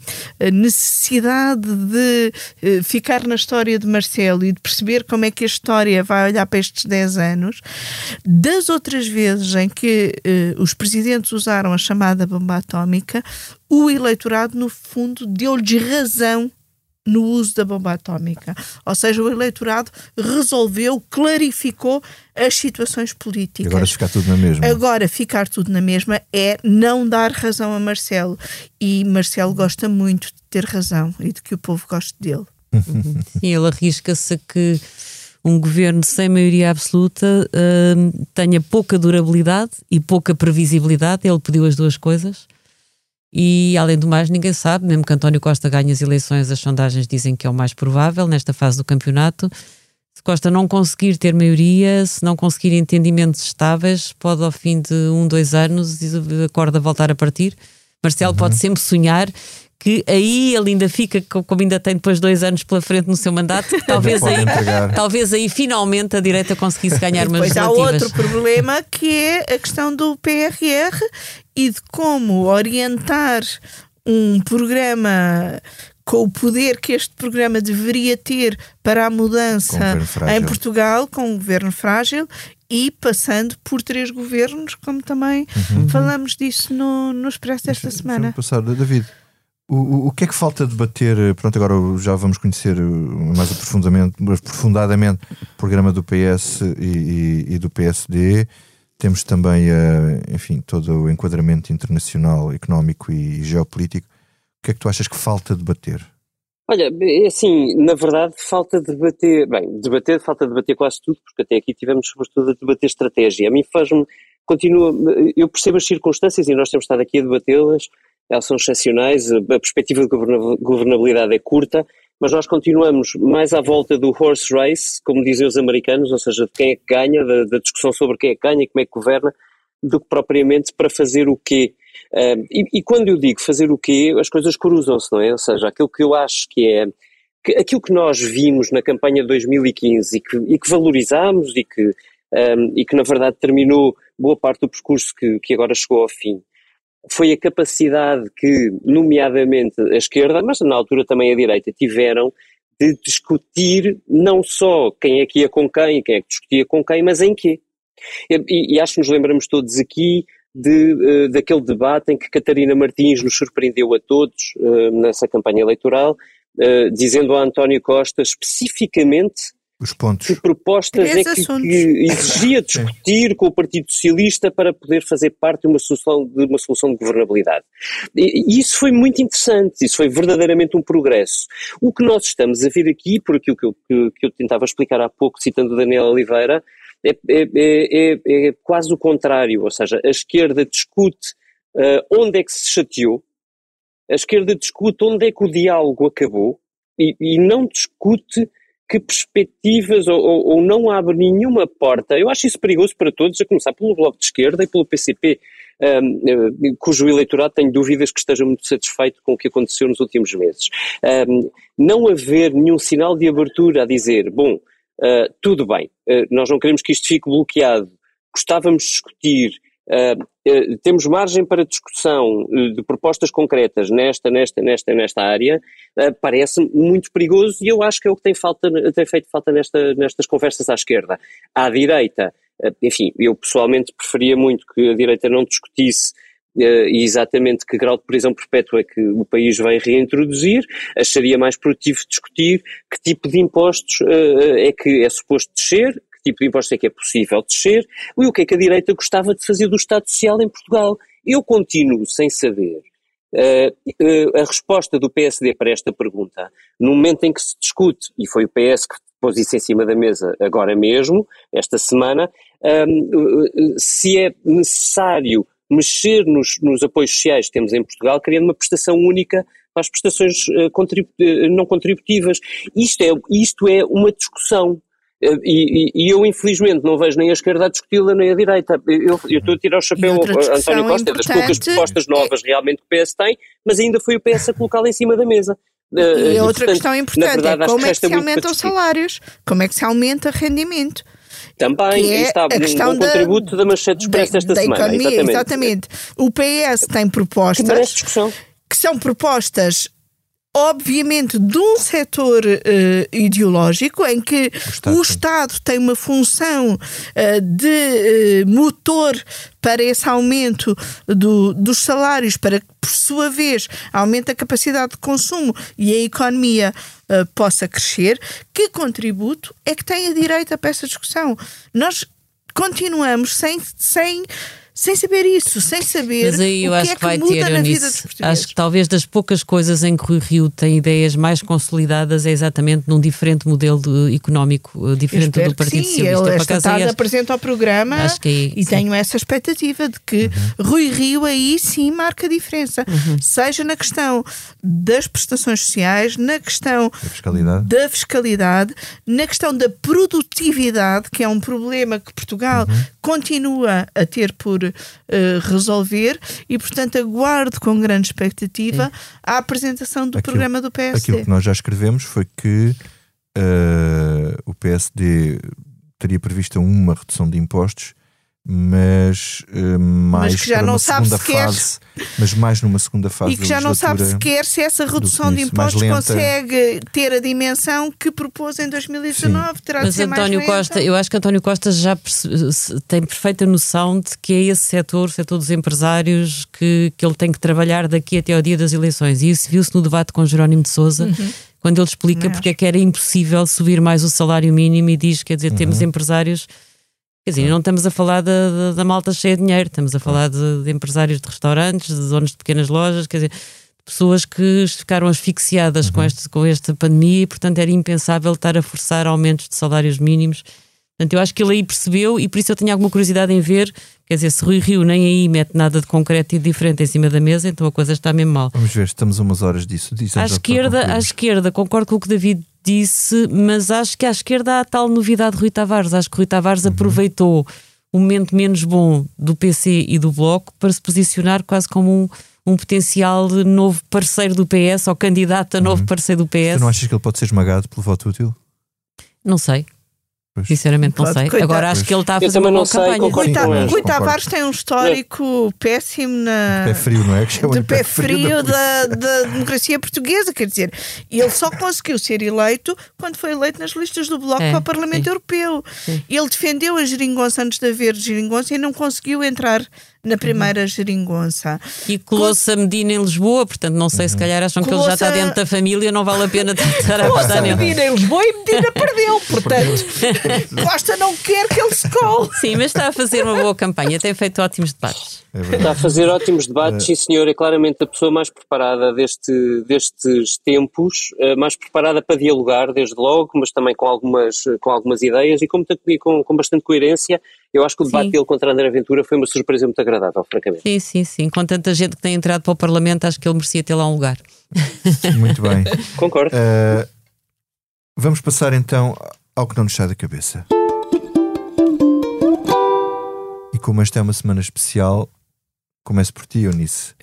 necessidade de ficar na história de Marcelo e de perceber como é que a história vai olhar para estes dez anos, das outras vezes em que eh, os presidentes usaram a chamada bomba atómica, o eleitorado, no fundo, deu-lhes razão no uso da bomba atómica. Ou seja, o eleitorado resolveu, clarificou as situações políticas. E agora ficar tudo na mesma. Agora ficar tudo na mesma é não dar razão a Marcelo. E Marcelo gosta muito de ter razão e de que o povo goste dele. Sim, ele arrisca-se a que um governo sem maioria absoluta uh, tenha pouca durabilidade e pouca previsibilidade. Ele pediu as duas coisas. E, além do mais, ninguém sabe, mesmo que António Costa ganhe as eleições, as sondagens dizem que é o mais provável nesta fase do campeonato. Se Costa não conseguir ter maioria, se não conseguir entendimentos estáveis, pode ao fim de um, dois anos a corda voltar a partir. Marcelo uhum. pode sempre sonhar que aí ele ainda fica, como ainda tem depois dois anos pela frente no seu mandato, que talvez aí, talvez aí finalmente a direita conseguisse ganhar umas legislativas. Depois há outro problema que é a questão do P R R e de como orientar um programa com o poder que este programa deveria ter para a mudança em Portugal, com um governo frágil e passando por três governos, como também uhum. falamos disso no, no Expresso desta deixa, semana. Deixa passar, David, o, o, o que é que falta debater? Pronto, agora já vamos conhecer mais aprofundadamente, aprofundadamente o programa do P S e, e, e do P S D. Temos também, uh, enfim, todo o enquadramento internacional, económico e, e geopolítico. O que é que tu achas que falta debater? Olha, é assim, na verdade falta debater, bem, debater, falta debater quase tudo, porque até aqui tivemos sobretudo a debater estratégia. A mim faz-me, continua, eu percebo as circunstâncias e nós temos estado aqui a debatê-las, elas são excepcionais, a perspectiva de governabilidade é curta, mas nós continuamos mais à volta do horse race, como dizem os americanos, ou seja, de quem é que ganha, da, da discussão sobre quem é que ganha e como é que governa, do que propriamente para fazer o quê. Uh, e, e quando eu digo fazer o quê, as coisas cruzam-se, não é? Ou seja, aquilo que eu acho que é, que, aquilo que nós vimos na campanha de dois mil e quinze e que, e que valorizámos e que, um, e que na verdade terminou boa parte do percurso que, que agora chegou ao fim, foi a capacidade que, nomeadamente a esquerda, mas na altura também a direita, tiveram de discutir não só quem é que ia com quem, quem é que discutia com quem, mas em quê. E, e acho que nos lembramos todos aqui de, uh, daquele debate em que Catarina Martins nos surpreendeu a todos uh, nessa campanha eleitoral, uh, dizendo a António Costa especificamente os pontos. Que propostas é que, que exigia discutir com o Partido Socialista para poder fazer parte de uma solução de, uma solução de governabilidade. E, e isso foi muito interessante, isso foi verdadeiramente um progresso. O que nós estamos a ver aqui, por aquilo que eu, que, que eu tentava explicar há pouco, citando o Daniel Oliveira, é, é, é, é, é quase o contrário, ou seja, a esquerda discute uh, onde é que se chateou, A esquerda discute onde é que o diálogo acabou e, e não discute que perspectivas ou, ou, ou não abre nenhuma porta. Eu acho isso perigoso para todos, a começar pelo Bloco de Esquerda e pelo P C P, um, um, cujo eleitorado tem dúvidas que esteja muito satisfeito com o que aconteceu nos últimos meses. Um, não haver nenhum sinal de abertura a dizer, bom, uh, tudo bem, uh, nós não queremos que isto fique bloqueado, gostávamos de discutir, uh, uh, temos margem para discussão uh, de propostas concretas nesta, nesta, nesta, nesta área, uh, parece muito perigoso e eu acho que é o que tem, falta, tem feito falta nesta, nestas conversas à esquerda. À direita, uh, enfim, eu pessoalmente preferia muito que a direita não discutisse Uh, e exatamente que grau de prisão perpétua é que o país vai reintroduzir, acharia mais produtivo discutir que tipo de impostos uh, é que é suposto descer, que tipo de impostos é que é possível descer, e o que é que a direita gostava de fazer do Estado Social em Portugal. Eu continuo sem saber uh, uh, a resposta do P S D para esta pergunta, no momento em que se discute, e foi o P S que pôs isso em cima da mesa agora mesmo, esta semana, um, uh, se é necessário mexer nos, nos apoios sociais que temos em Portugal, criando uma prestação única para as prestações uh, contribu- uh, não contributivas. Isto é, isto é uma discussão. Uh, e, e eu, infelizmente, não vejo nem a esquerda a discuti-la, nem a direita. Eu, eu estou a tirar o chapéu a António Costa, é das poucas propostas novas realmente que o P S tem, mas ainda foi o P S a colocá-la em cima da mesa. Uh, e outra e, portanto, questão importante verdade, é como é que se muito aumentam os salários, como é que se aumenta rendimento. Também é está a questão um da, contributo da Manchete Expresso esta da semana. Economia, exatamente. exatamente. O P S tem propostas que, merece discussão. que são propostas, obviamente, de um setor uh, ideológico em que o Estado, o Estado tem uma função uh, de uh, motor para esse aumento do, dos salários, para que, por sua vez, aumente a capacidade de consumo e a economia uh, possa crescer. Que contributo é que tem a direita para essa discussão? Nós continuamos sem... sem sem saber isso, sem saber Mas aí eu o que acho é que que vai muda ter, na Eunice, vida dos portugueses. acho que talvez das poucas coisas em que Rui Rio tem ideias mais consolidadas é exatamente num diferente modelo de, económico, diferente do Partido sim, Socialista. Ele Por esta acaso, tarde acho, apresenta o programa acho que aí, e sim. tenho essa expectativa de que uhum. Rui Rio aí sim marca a diferença. Uhum. Seja na questão das prestações sociais, na questão da fiscalidade. da fiscalidade, na questão da produtividade, que é um problema que Portugal uhum. continua a ter por uh, resolver e, portanto, aguardo com grande expectativa Sim. a apresentação do aquilo, programa do P S D. Aquilo que nós já escrevemos foi que uh, o P S D teria previsto uma redução de impostos, mas uh, mais mas que já para não uma sabe segunda sequer, fase, mas mais numa segunda fase e que já não sabe sequer se essa redução de impostos consegue ter a dimensão que propôs em dois mil e dezanove. Sim. Terá mas de ser António mais Costa, eu acho que António Costa já tem perfeita noção de que é esse setor, o setor dos empresários, que, que ele tem que trabalhar daqui até ao dia das eleições. E isso viu-se no debate com Jerónimo de Sousa, uhum. quando ele explica porque é que era impossível subir mais o salário mínimo e diz, quer dizer, uhum. temos empresários. Quer dizer, não estamos a falar da, da, da malta cheia de dinheiro, estamos a falar de, de empresários de restaurantes, de donos de pequenas lojas, quer dizer, de pessoas que ficaram asfixiadas uhum. com, este, com esta pandemia e, portanto, era impensável estar a forçar aumentos de salários mínimos. Portanto, eu acho que ele aí percebeu e por isso eu tenho alguma curiosidade em ver, quer dizer, se Rui Rio nem aí mete nada de concreto e diferente em cima da mesa, então a coisa está mesmo mal. Vamos ver, estamos a umas horas disso. Diz, à, esquerda, à esquerda, concordo com o que o David disse, mas acho que à esquerda há tal novidade de Rui Tavares. Acho que Rui Tavares uhum. aproveitou o momento menos bom do P C e do Bloco para se posicionar quase como um, um potencial novo parceiro do P S ou candidato a novo uhum. parceiro do P S. Tu não achas que ele pode ser esmagado pelo voto útil? Não sei. Pois. Sinceramente não sei. Coitado. Agora acho pois. que ele está a fazer uma boa campanha. O Rui Tavares tem um histórico é. péssimo na... de pé frio, não é? Que de pé frio da, da democracia portuguesa, quer dizer, ele só conseguiu ser eleito quando foi eleito nas listas do Bloco é. para o Parlamento Sim. Europeu. Sim. Ele defendeu a geringonça antes de haver geringonça e não conseguiu entrar na primeira geringonça. E colou-se a Medina em Lisboa, portanto não sei, uhum. se calhar acham que ele já está dentro da família, não vale a pena estar a apostar nele. Medina em Lisboa e Medina perdeu, portanto Costa não quer que ele se cole. Sim, mas está a fazer uma boa campanha, tem feito ótimos debates. É está a fazer ótimos debates, sim senhor, é claramente a pessoa mais preparada deste, destes tempos, mais preparada para dialogar desde logo, mas também com algumas, com algumas ideias e com, com, com bastante coerência Eu acho que o debate Sim. dele contra André Ventura foi uma surpresa muito agradável, francamente. Sim, sim, sim. Com tanta gente que tem entrado para o Parlamento, acho que ele merecia ter lá um lugar. Muito bem. Concordo. Uh, vamos passar então ao que não nos sai da cabeça. E como esta é uma semana especial, começo por ti, Eunice.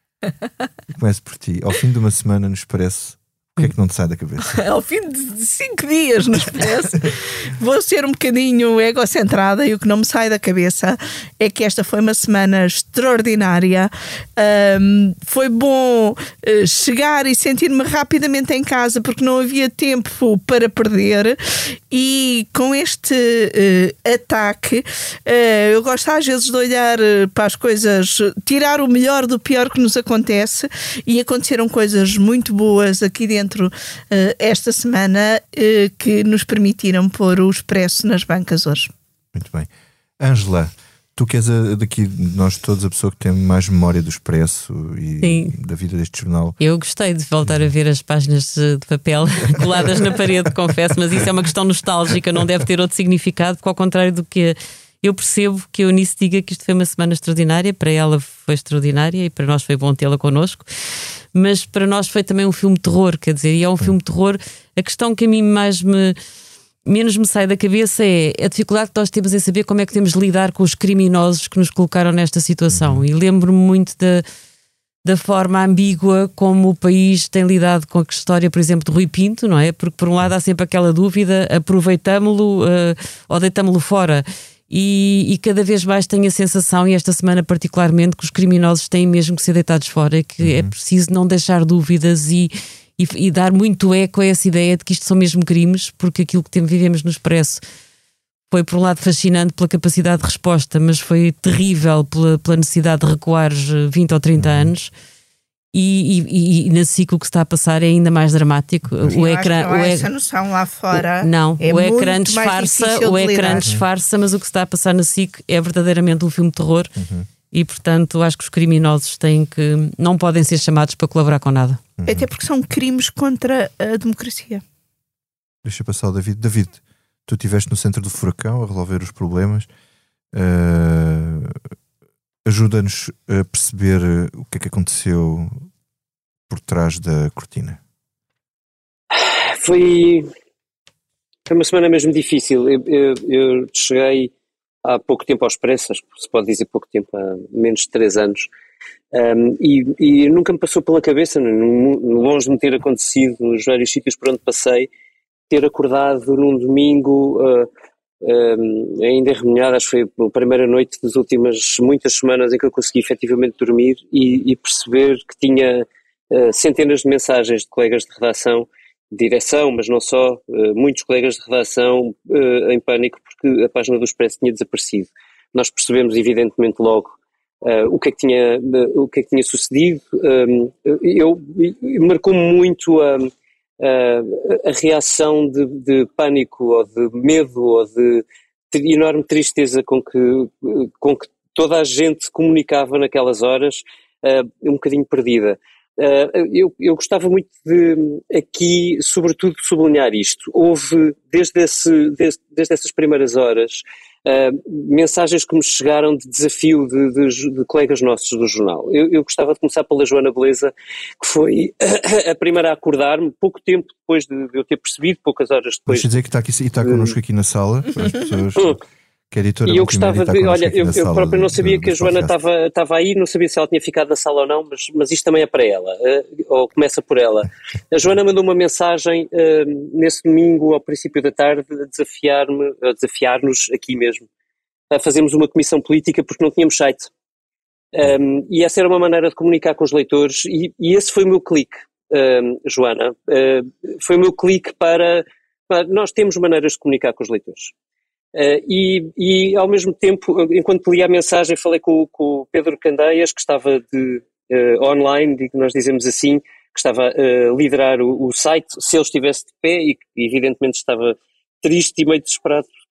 Começo por ti. Ao fim de uma semana nos parece... O que é que não te sai da cabeça? Ao fim de cinco dias, nos parece. Vou ser um bocadinho egocentrada e o que não me sai da cabeça é que esta foi uma semana extraordinária. Um, foi bom uh, chegar e sentir-me rapidamente em casa porque não havia tempo para perder. E com este uh, ataque, uh, eu gosto às vezes de olhar uh, para as coisas, tirar o melhor do pior que nos acontece, e aconteceram coisas muito boas aqui dentro uh, esta semana uh, que nos permitiram pôr o Expresso nas bancas hoje. Muito bem. Ângela, tu que és a, daqui de nós todos a pessoa que tem mais memória do Expresso e Sim. da vida deste jornal. Eu gostei de voltar a ver as páginas de papel coladas na parede, confesso, mas isso é uma questão nostálgica, não deve ter outro significado, porque ao contrário do que eu percebo que a Eunice diga que isto foi uma semana extraordinária, para ela foi extraordinária e para nós foi bom tê-la connosco, mas para nós foi também um filme de terror, quer dizer, e é um filme de terror. A questão que a mim mais me... menos me sai da cabeça é a dificuldade que nós temos em saber como é que temos de lidar com os criminosos que nos colocaram nesta situação. Uhum. E lembro-me muito da, da forma ambígua como o país tem lidado com a história, por exemplo, de Rui Pinto, não é? Porque por um lado há sempre aquela dúvida, aproveitamo-lo uh, ou deitamo-lo fora. E, e cada vez mais tenho a sensação, e esta semana particularmente, que os criminosos têm mesmo que ser deitados fora, e que uhum. é preciso não deixar dúvidas e E, e dar muito eco a essa ideia de que isto são mesmo crimes, porque aquilo que temos, vivemos no Expresso foi, por um lado, fascinante pela capacidade de resposta, mas foi terrível pela, pela necessidade de recuar vinte ou trinta uhum. anos. E, e, e na S I C o que está a passar é ainda mais dramático. Eu o ecrã, acho que o essa noção lá fora. O, não, é o ecrã disfarça, o ecrã disfarça, mas o que se está a passar na S I C é verdadeiramente um filme de terror. Uhum. E, portanto, acho que os criminosos têm que não podem ser chamados para colaborar com nada. Uhum. Até porque são crimes contra a democracia. Deixa passar o David. David, tu estiveste no centro do furacão a resolver os problemas. Uh, ajuda-nos a perceber o que é que aconteceu por trás da cortina. Foi, foi uma semana mesmo difícil. Eu, eu, eu cheguei há pouco tempo ao Expresso, acho que se pode dizer pouco tempo, há menos de três anos, um, e, e nunca me passou pela cabeça, longe de me ter acontecido nos vários sítios por onde passei, ter acordado num domingo, uh, um, ainda enremunhado, acho que foi a primeira noite das últimas muitas semanas em que eu consegui efetivamente dormir e, e perceber que tinha uh, centenas de mensagens de colegas de redação, de direção, mas não só, uh, muitos colegas de redação uh, em pânico porque a página do Expresso tinha desaparecido. Nós percebemos evidentemente logo uh, o, que é que tinha, uh, o que é que tinha sucedido. Um, eu, marcou-me muito a, a, a reação de, de pânico ou de medo ou de, de enorme tristeza com que, com que toda a gente comunicava naquelas horas, uh, um bocadinho perdida. Uh, eu, eu gostava muito de aqui, sobretudo, sublinhar isto. Houve, desde, esse, desde, desde essas primeiras horas, uh, mensagens que me chegaram de desafio de, de, de colegas nossos do jornal. Eu, eu gostava de começar pela Joana Beleza, que foi a primeira a acordar-me, pouco tempo depois de eu ter percebido, poucas horas depois. Deixa dizer que está, aqui, e está connosco aqui na sala, para as pessoas... Que é editora e eu gostava de, olha, eu, eu próprio não sabia de, que a Joana estava, estava aí, não sabia se ela tinha ficado na sala ou não, mas, mas isto também é para ela, uh, ou começa por ela. A Joana mandou uma mensagem uh, nesse domingo, ao princípio da tarde, a desafiar-me, a desafiar-nos aqui mesmo, a fazermos uma comissão política porque não tínhamos site. Um, e essa era uma maneira de comunicar com os leitores, e, e esse foi o meu clique, um, Joana, uh, foi o meu clique para, para, nós temos maneiras de comunicar com os leitores. Uh, e, e ao mesmo tempo, enquanto li a mensagem, falei com, com o Pedro Candeias, que estava de, uh, online, nós dizemos assim, que estava a uh, liderar o, o site, se ele estivesse de pé, e evidentemente estava triste e meio desesperado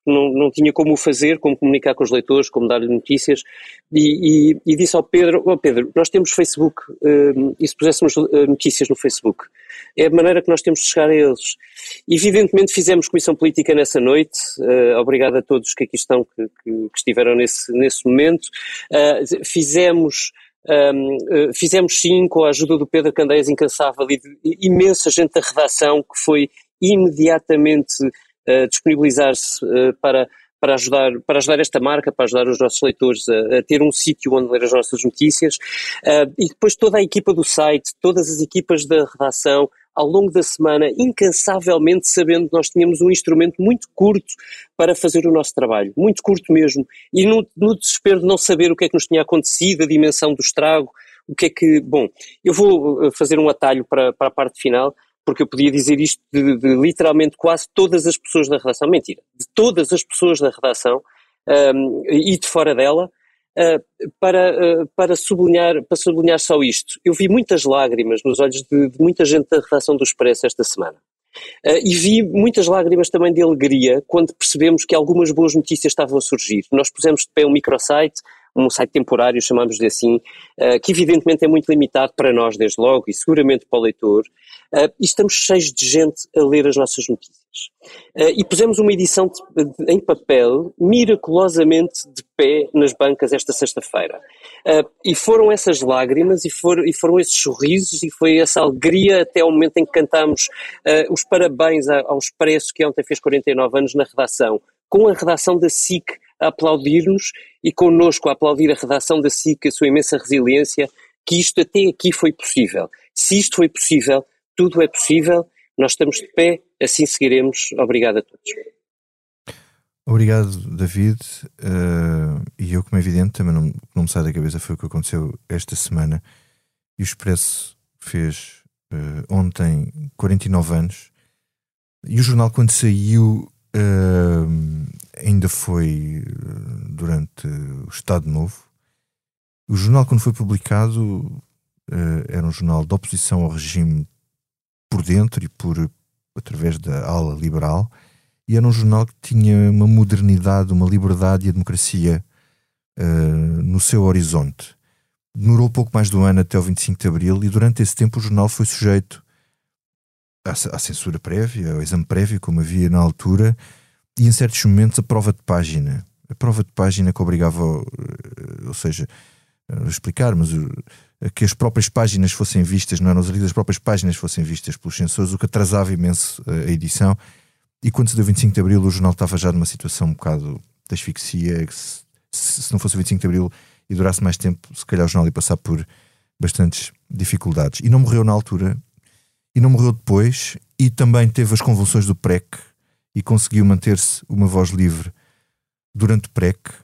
não, não tinha como o fazer, como comunicar com os leitores, como dar-lhe notícias, e, e, e disse ao Pedro, oh Pedro, nós temos Facebook, uh, e se puséssemos uh, notícias no Facebook, é a maneira que nós temos de chegar a eles. Evidentemente fizemos comissão política nessa noite, uh, obrigado a todos que aqui estão, que, que, que estiveram nesse, nesse momento, uh, fizemos... Um, uh, fizemos sim, com a ajuda do Pedro Candeias incansável e de imensa gente da redação que foi imediatamente uh, disponibilizar-se uh, para, para, ajudar, para ajudar esta marca, para ajudar os nossos leitores a, a ter um sítio onde ler as nossas notícias, uh, e depois toda a equipa do site, todas as equipas da redação, ao longo da semana, incansavelmente sabendo que nós tínhamos um instrumento muito curto para fazer o nosso trabalho, muito curto mesmo, e no, no desespero de não saber o que é que nos tinha acontecido, a dimensão do estrago, o que é que... Bom, eu vou fazer um atalho para, para a parte final, porque eu podia dizer isto de, de literalmente quase todas as pessoas da redação, mentira, de todas as pessoas da redação um, e de fora dela, Uh, para, uh, para, sublinhar, para sublinhar só isto. Eu vi muitas lágrimas nos olhos de, de muita gente da redação do Expresso esta semana. Uh, e vi muitas lágrimas também de alegria quando percebemos que algumas boas notícias estavam a surgir. Nós pusemos de pé um microsite, um site temporário, chamamos-lhe assim, uh, que evidentemente é muito limitado para nós desde logo e seguramente para o leitor, uh, e estamos cheios de gente a ler as nossas notícias. Uh, e pusemos uma edição de, de, em papel miraculosamente de pé nas bancas esta sexta-feira. Uh, e foram essas lágrimas e, for, e foram esses sorrisos e foi essa alegria até ao momento em que cantámos uh, os parabéns ao Expresso, que ontem fez quarenta e nove anos na redação, com a redação da S I C a aplaudir-nos e connosco a aplaudir a redação da S I C, a sua imensa resiliência, que isto até aqui foi possível. Se isto foi possível, tudo é possível, nós estamos de pé, assim seguiremos. Obrigado a todos. Obrigado, David. Uh, e eu, como é evidente, também não, não me sai da cabeça, foi o que aconteceu esta semana. E o Expresso fez uh, ontem quarenta e nove anos. E o jornal, quando saiu, uh, ainda foi uh, durante o Estado Novo. O jornal, quando foi publicado, uh, era um jornal de oposição ao regime por dentro e por através da ala liberal, e era um jornal que tinha uma modernidade, uma liberdade e a democracia uh, no seu horizonte. Demorou pouco mais de um ano até o vinte e cinco de Abril, e durante esse tempo o jornal foi sujeito à, à censura prévia, ao exame prévio, como havia na altura, e em certos momentos a prova de página. A prova de página que obrigava, uh, ou seja, uh, explicar, mas uh, que as próprias páginas fossem vistas, não eram as lidas, as próprias páginas fossem vistas pelos censores, o que atrasava imenso uh, a edição. E quando se deu vinte e cinco de Abril, o jornal estava já numa situação um bocado de asfixia, que se, se, se não fosse o vinte e cinco de Abril e durasse mais tempo, se calhar o jornal ia passar por bastantes dificuldades. E não morreu na altura, e não morreu depois, e também teve as convulsões do P R E C, e conseguiu manter-se uma voz livre durante o P R E C.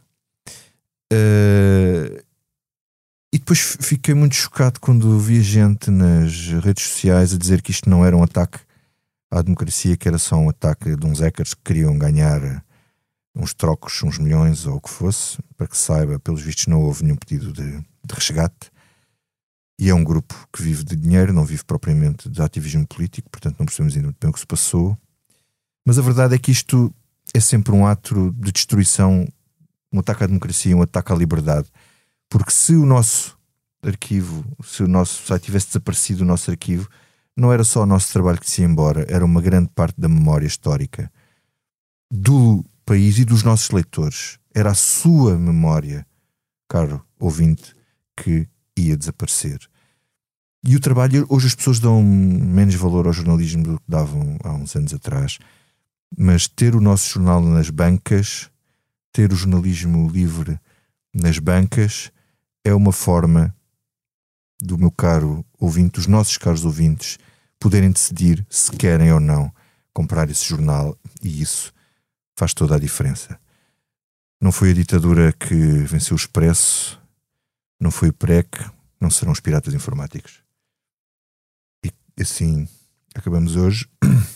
Uh, e depois fiquei muito chocado quando vi gente nas redes sociais a dizer que isto não era um ataque à democracia, que era só um ataque de uns hackers que queriam ganhar uns trocos, uns milhões ou o que fosse. Para que se saiba, pelos vistos não houve nenhum pedido de, de resgate, e é um grupo que vive de dinheiro, não vive propriamente de ativismo político, portanto não percebemos ainda muito bem o que se passou. Mas a verdade é que isto é sempre um ato de destruição, um ataque à democracia, um ataque à liberdade, porque se o nosso arquivo, se o nosso site tivesse desaparecido, o nosso arquivo, não era só o nosso trabalho que se ia embora, era uma grande parte da memória histórica do país e dos nossos leitores. Era a sua memória, caro ouvinte, que ia desaparecer. E o trabalho, hoje as pessoas dão menos valor ao jornalismo do que davam há uns anos atrás, mas ter o nosso jornal nas bancas, ter o jornalismo livre nas bancas, é uma forma do meu caro ouvinte, dos nossos caros ouvintes, poderem decidir se querem ou não comprar esse jornal, e isso faz toda a diferença. Não foi a ditadura que venceu o Expresso, não foi o P R E C, não serão os piratas informáticos. E assim acabamos hoje.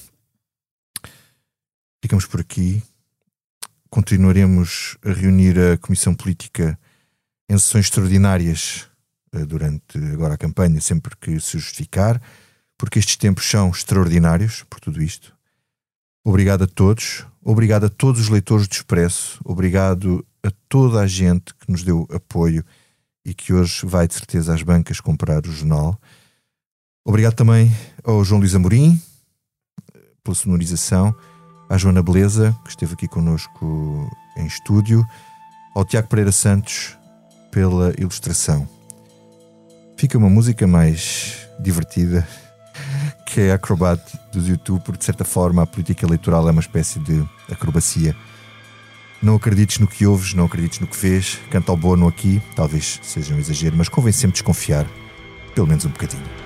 Ficamos por aqui. Continuaremos a reunir a Comissão Política em sessões extraordinárias durante agora a campanha, sempre que se justificar, porque estes tempos são extraordinários por tudo isto. Obrigado a todos, obrigado a todos os leitores do Expresso, obrigado a toda a gente que nos deu apoio e que hoje vai de certeza às bancas comprar o jornal. Obrigado também ao João Luís Amorim pela sonorização, à Joana Beleza, que esteve aqui connosco em estúdio, ao Tiago Pereira Santos pela ilustração. Fica uma música mais divertida, que é Acrobat do YouTube, porque de certa forma a política eleitoral é uma espécie de acrobacia. Não acredites no que ouves, não acredites no que vês, canta ao bono aqui, talvez seja um exagero, mas convém sempre desconfiar, pelo menos um bocadinho.